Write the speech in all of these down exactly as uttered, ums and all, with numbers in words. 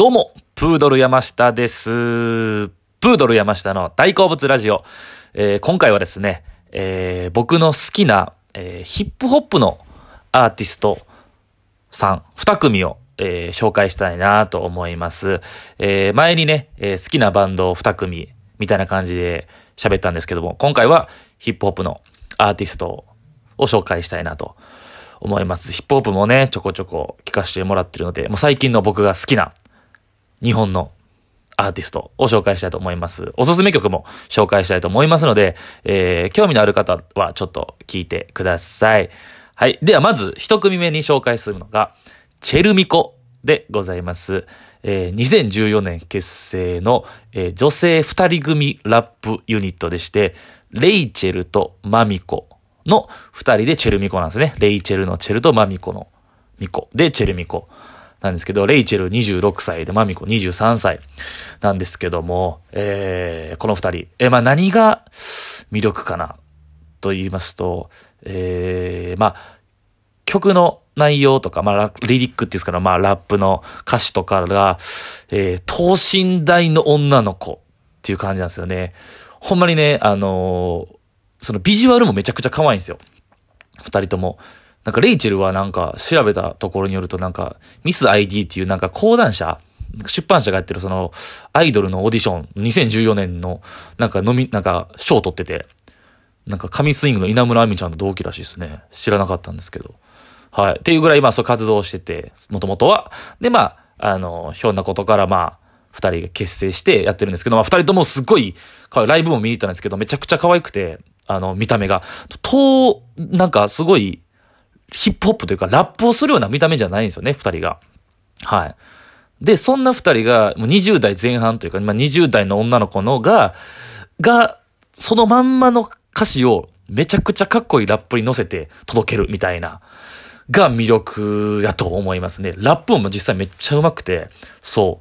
どうも、プードル山下です。プードル山下の大好物ラジオ。えー、今回はですね、えー、僕の好きな、えー、ヒップホップのアーティストさんに組を、えー、紹介したいなと思います。えー、前にね、えー、好きなバンドに組みたいな感じで喋ったんですけども、今回はヒップホップのアーティストを紹介したいなと思います。ヒップホップもね、ちょこちょこ聞かせてもらってるので、もう最近の僕が好きな日本のアーティストを紹介したいと思います。おすすめ曲も紹介したいと思いますので、えー、興味のある方はちょっと聞いてください。はい。ではまず一組目に紹介するのが、チェルミコでございます。えー、にせんじゅうよねん結成の、えー、女性二人組ラップユニットでして、レイチェルとマミコの二人でチェルミコなんですね。レイチェルのチェルとマミコのミコでチェルミコなんですけど、レイチェルにじゅうろくさいでマミコにじゅうさんさいなんですけども、えー、この二人、えー、まあ何が魅力かなと言いますと、えー、まあ曲の内容とか、まあリリックっていうんですかね、まあラップの歌詞とかが、えー、等身大の女の子っていう感じなんですよね。ほんまにね、あのー、そのビジュアルもめちゃくちゃ可愛いんですよ。二人とも。なんかレイチェルはなんか調べたところによるとなんかミス アイディー っていうなんか講談社出版社がやってるそのアイドルのオーディションにせんじゅうよねんのなんかのみなんか賞を取ってて、なんか神スイングの稲村亜美ちゃんの同期らしいですね。知らなかったんですけど。はい。っていうぐらいまあそういう活動をしてて、もともとは。でまあ、あの、ひょんなことからまあ、二人が結成してやってるんですけど、まあ二人ともすっごい、ライブも見に行ったんですけど、めちゃくちゃ可愛くて、あの、見た目が。と、なんかすごい、ヒップホップというかラップをするような見た目じゃないんですよね、二人が。はい。で、そんな二人が、もうにじゅう代前半というか、まあ、にじゅう代の女の子のが、が、そのまんまの歌詞をめちゃくちゃかっこいいラップに乗せて届けるみたいな、が魅力やと思いますね。ラップも実際めっちゃ上手くて、そう。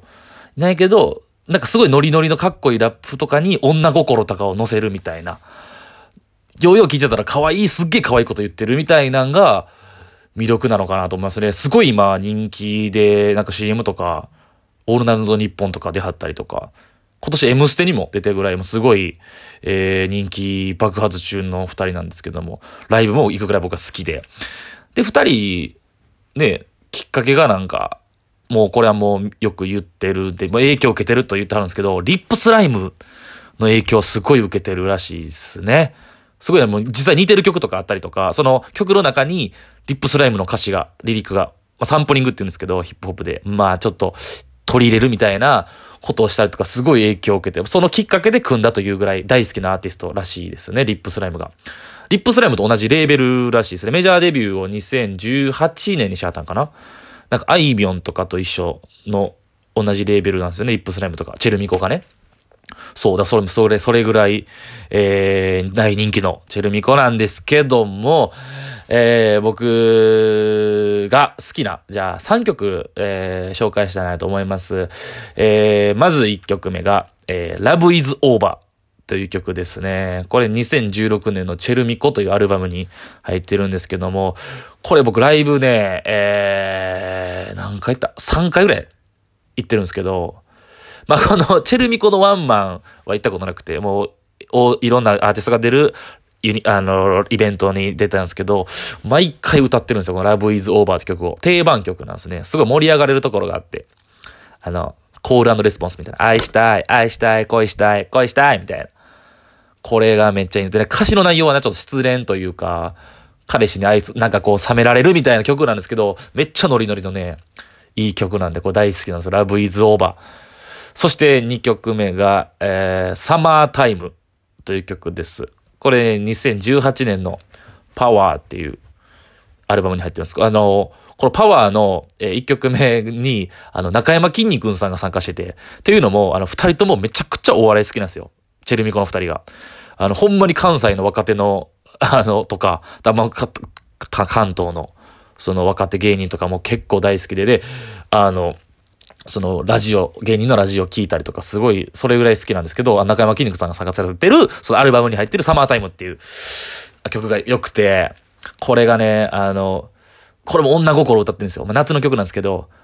ないけど、なんかすごいノリノリのかっこいいラップとかに女心とかを乗せるみたいな。ようよう聞いてたら可愛い、すっげえ可愛いこと言ってるみたいなんが魅力なのかなと思いますね。すごい今人気で、なんか シーエム とか、オールナイトニッポンとか出はったりとか、今年 エムステにも出てるぐらいもすごい、えー、人気爆発中の二人なんですけども、ライブも行くぐらい僕は好きで。で、二人、ね、きっかけがなんか、もうこれはもうよく言ってるんで、もう影響を受けてると言ってはるんですけど、リップスライムの影響をすごい受けてるらしいですね。すごいもう実際似てる曲とかあったりとか、その曲の中にリップスライムの歌詞が、リリックが、まあ、サンプリングって言うんですけど、ヒップホップで、まあちょっと取り入れるみたいなことをしたりとか、すごい影響を受けて、そのきっかけで組んだというぐらい大好きなアーティストらしいですね、リップスライムが。リップスライムと同じレーベルらしいですね。メジャーデビューをにせんじゅうはちねんにしはったんかな。なんかあいみょんとかと一緒の同じレーベルなんですよね、リップスライムとか、チェルミコがね。そうだ、それ、それ、それぐらい、えー、大人気のチェルミコなんですけども、えー、僕が好きな、じゃあさんきょく、えー、紹介したいなと思います。えー、まずいっきょくめが、えー、Love is Over という曲ですね。これにせんじゅうろくねんのチェルミコというアルバムに入ってるんですけども、これ僕ライブね、えー、何回行った ?さん 回ぐらい行ってるんですけど、まあ、この、チェルミコのワンマンは行ったことなくて、もう、お、いろんなアーティストが出る、ユニ、あの、イベントに出たんですけど、毎回歌ってるんですよ、この Love is Over って曲を。定番曲なんですね。すごい盛り上がれるところがあって。あの、コール&レスポンスみたいな。愛したい、愛したい、恋したい、恋したい、みたいな。これがめっちゃいいんです。で、歌詞の内容はね、ちょっと失恋というか、彼氏に愛つ、なんかこう、冷められるみたいな曲なんですけど、めっちゃノリノリのね、いい曲なんで、これ大好きなんですよ。Love is Over。そしてにきょくめが、えー、サマータイムという曲です。これにせんじゅうはちねんのパワーっていうアルバムに入ってます。あの、このパワーの、えー、いっきょくめに、あの、中山きんに君さんが参加してて、っていうのも、あの、二人ともめちゃくちゃお笑い好きなんですよ。チェルミコの二人が。あの、ほんまに関西の若手の、あの、とか、たま、か、関東の、その若手芸人とかも結構大好きで、で、あの、そのラジオ、芸人のラジオ聞いたりとかすごい、それぐらい好きなんですけど、中山きんに君さんが参加されてる、そのアルバムに入ってるサマータイムっていう曲が良くて、これがね、あの、これも女心を歌ってるんですよ。夏の曲なんですけど、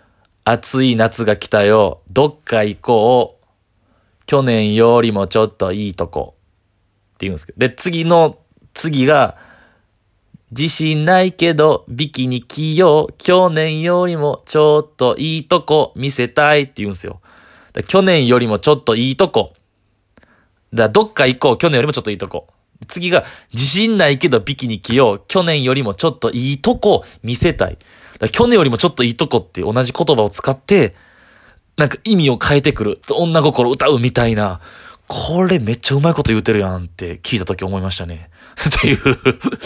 暑い夏が来たよ。どっか行こう。去年よりもちょっといいとこ。って言うんですけど。で、次の、次が、自信ないけど、ビキニ着よう。去年よりもちょっといいとこ見せたいって言うんですよ。だ去年よりもちょっといいとこ。だどっか行こう。去年よりもちょっといいとこ。次が、自信ないけどビキニ着よう。去年よりもちょっといいとこ見せたい。だ去年よりもちょっといいとこって同じ言葉を使って、なんか意味を変えてくる。女心歌うみたいな。これめっちゃうまいこと言うてるやんって聞いたとき思いましたね。っていう、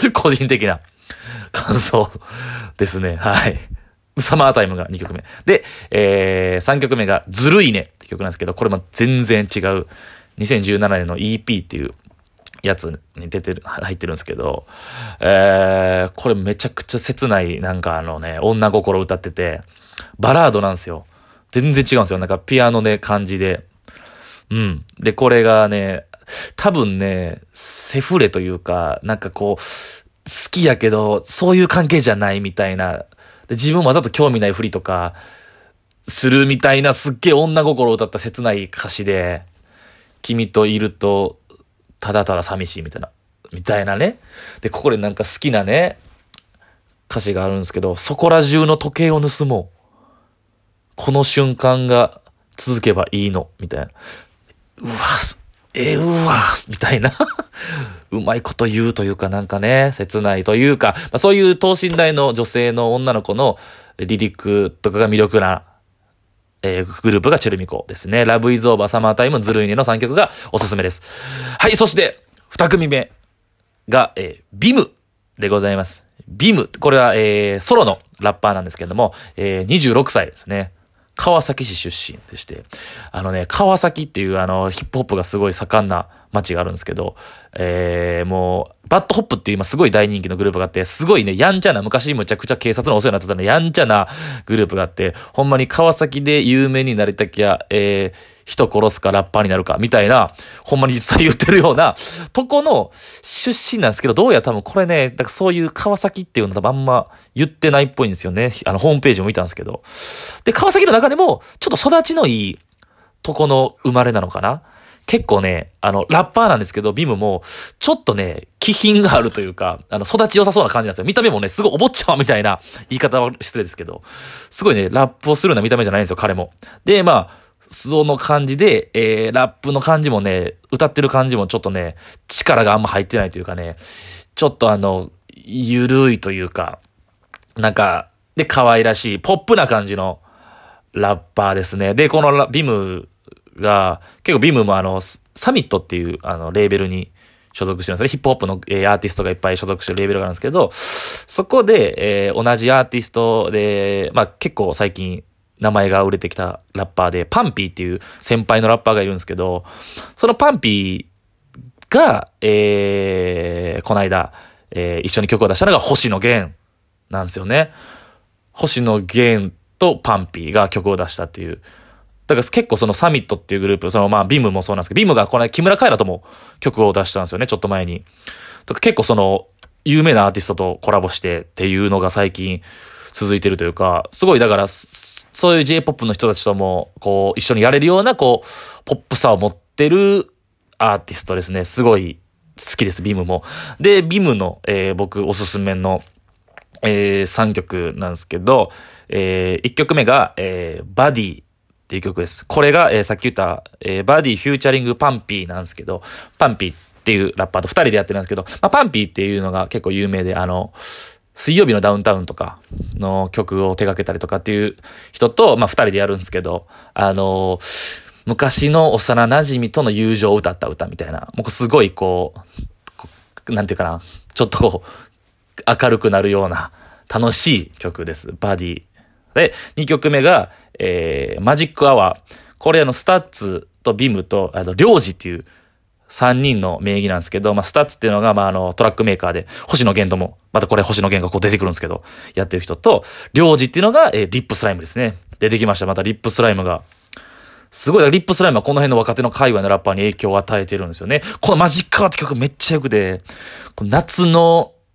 個人的な感想ですね。はい。サマータイムがにきょくめ。で、えー、さんきょくめがずるいねって曲なんですけど、これも全然違う。にせんじゅうななねんの イーピー っていうやつに出てる、入ってるんですけど、えー、これめちゃくちゃ切ない、なんかあのね、女心歌ってて、バラードなんですよ。全然違うんですよ。なんかピアノで感じで。うん。で、これがね、多分ね、セフレというか、なんかこう、好きやけど、そういう関係じゃないみたいな。で自分わざと興味ないふりとか、するみたいなすっげえ女心を歌った切ない歌詞で、君といると、ただただ寂しいみたいな。みたいなね。で、ここでなんか好きなね、歌詞があるんですけど、そこら中の時計を盗もう。この瞬間が続けばいいの。みたいな。うわ、えー、うわ、みたいな。うまいこと言うというかなんかね、切ないというか、まあ、そういう等身大の女性の女の子のリリックとかが魅力な、えー、グループがチェルミコですね。Love is Over, Summer Time, ずるいねのさんきょくがおすすめです。はい、そしてに組目が、えー、ビムでございます。ビム、これは、えー、ソロのラッパーなんですけれども、えー、にじゅうろくさいですね。川崎市出身でして、あのね、川崎っていうあの、ヒップホップがすごい盛んな街があるんですけど、えー、もう、バッドホップっていう今すごい大人気のグループがあって、すごいね、やんちゃな、昔むちゃくちゃ警察のお世話になってたのやんちゃなグループがあって、ほんまに川崎で有名になりたきゃ、えー、人殺すかラッパーになるか、みたいな、ほんまに実際言ってるような、とこの出身なんですけど、どうやら多分これね、だからそういう川崎っていうの多分あんま言ってないっぽいんですよね。あの、ホームページも見たんですけど。で、川崎の中でも、ちょっと育ちのいいとこの生まれなのかな。結構ね、あの、ラッパーなんですけど、ビムも、ちょっとね、気品があるというか、あの、育ち良さそうな感じなんですよ。見た目もね、すごいお坊ちゃまみたいな言い方は失礼ですけど、すごいね、ラップをするような見た目じゃないんですよ、彼も。で、まあ、その感じで、えー、ラップの感じもね、歌ってる感じもちょっとね、力があんま入ってないというかね、ちょっとあの、ゆるいというか、なんか、で、可愛らしい、ポップな感じのラッパーですね。で、このラビムが、結構ビムもあの、サミットっていう、あの、レーベルに所属してるんですね。ヒップホップの、えー、アーティストがいっぱい所属してるレーベルがあるんですけど、そこで、えー、同じアーティストで、まあ結構最近、名前が売れてきたラッパーで、パンピーっていう先輩のラッパーがいるんですけど、そのパンピーが、えー、この間、えー、一緒に曲を出したのが星野源なんですよね。星野源とパンピーが曲を出したっていう。だから結構そのサミットっていうグループ、そのまあビムもそうなんですけど、ビムがこの木村カエラとも曲を出したんですよね、ちょっと前に。だから結構その有名なアーティストとコラボしてっていうのが最近続いてるというか、すごいだから、そういう J-ポップ の人たちとも、こう、一緒にやれるような、こう、ポップさを持ってるアーティストですね。すごい好きです、ビムも。で、ビムの、えー、僕おすすめの、えー、さんきょくなんですけど、えー、いっきょくめが、えー、バディっていう曲です。これが、えー、さっき言った、えー、バディフューチャリングパンピーなんですけど、パンピーっていうラッパーと二人でやってるんですけど、まあ、パンピーっていうのが結構有名で、あの、水曜日のダウンタウンとかの曲を手掛けたりとかっていう人と、まあ、二人でやるんですけど、あのー、昔の幼馴染との友情を歌った歌みたいな、もうすごいこう、なんていうかな、ちょっとこう、明るくなるような楽しい曲です。バディ。で、二曲目が、えー、マジックアワー。これあの、スタッツとビムと、あの、リョウジっていう、三人の名義なんですけど、まあ、スタッツっていうのが、まあ、あの、トラックメーカーで、星野源とも、またこれ星野源がこう出てくるんですけど、やってる人と、リョウジっていうのが、えー、リップスライムですね。出てきました。またリップスライムが。すごい、リップスライムはこの辺の若手の海外のラッパーに影響を与えてるんですよね。このマジックアワーって曲めっちゃよくて、夏の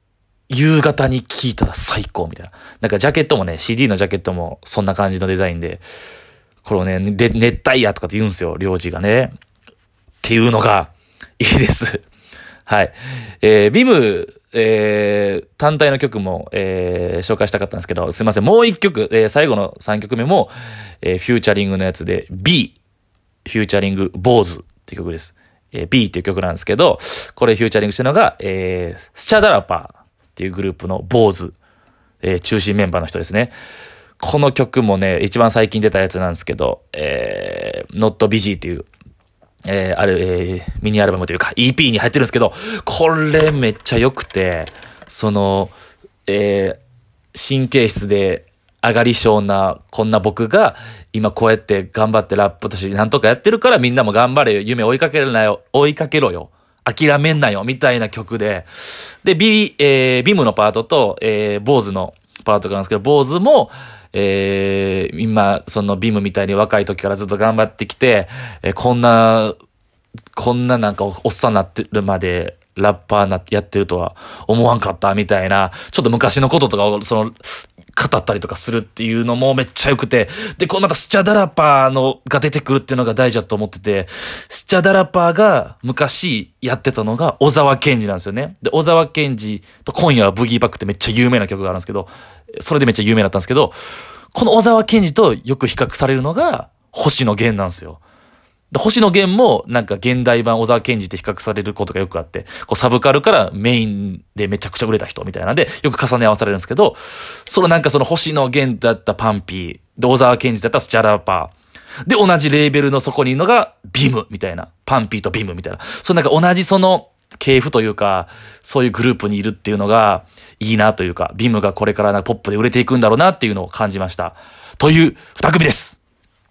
夕方に聴いたら最高みたいな。なんかジャケットもね、シーディー のジャケットもそんな感じのデザインで、これをね、で熱帯夜とかって言うんですよ、領事がね。っていうのがいいです。はい。えー、ビム、えー、単体の曲も、えー、紹介したかったんですけど、すいません。もう一曲、えー、最後の三曲目も、えー、フューチャリングのやつで、B、フューチャリング、坊主っていう曲です。えー、B っていう曲なんですけど、これフューチャリングしてるのが、えー、スチャダラパーっていうグループの坊主、えー、中心メンバーの人ですね。この曲もね、一番最近出たやつなんですけど、えー、Not Busy っていう、えー、ある、えー、ミニアルバムというか イーピー に入ってるんですけど、これめっちゃ良くて、その、えー、神経質で上がり症なこんな僕が今こうやって頑張ってラップとしてなんとかやってるからみんなも頑張れよ、夢追いかけるなよ、追いかけろよ、諦めんなよみたいな曲で、で、ビ、えー、ビムのパートと、えー、坊主のパートがあるんですけど、坊主も、えー、今、そのビムみたいに若い時からずっと頑張ってきて、えー、こんな、こんななんかおっさんになってるまで、ラッパーなやってるとは思わんかったみたいな、ちょっと昔のこととかを、その、語ったりとかするっていうのもめっちゃ良くて、で、こうまたスチャダラパーのが出てくるっていうのが大事だと思ってて、スチャダラパーが昔やってたのが小沢健二なんですよね。で、小沢健二と今夜はブギーバックってめっちゃ有名な曲があるんですけど、それでめっちゃ有名だったんですけど、この小沢健二とよく比較されるのが星野源なんですよ。で星野源もなんか現代版小沢健二って比較されることがよくあって、こうサブカルからメインでめちゃくちゃ売れた人みたいなんで、よく重ね合わされるんですけど、そのなんかその星野源だったパンピー、で小沢健二だったスチャラパー、で同じレーベルのそこにいるのがビムみたいな、パンピーとビムみたいな、そのなんか同じその系譜というか、そういうグループにいるっていうのがいいなというか、ビムがこれからなんかポップで売れていくんだろうなっていうのを感じました。という二組です。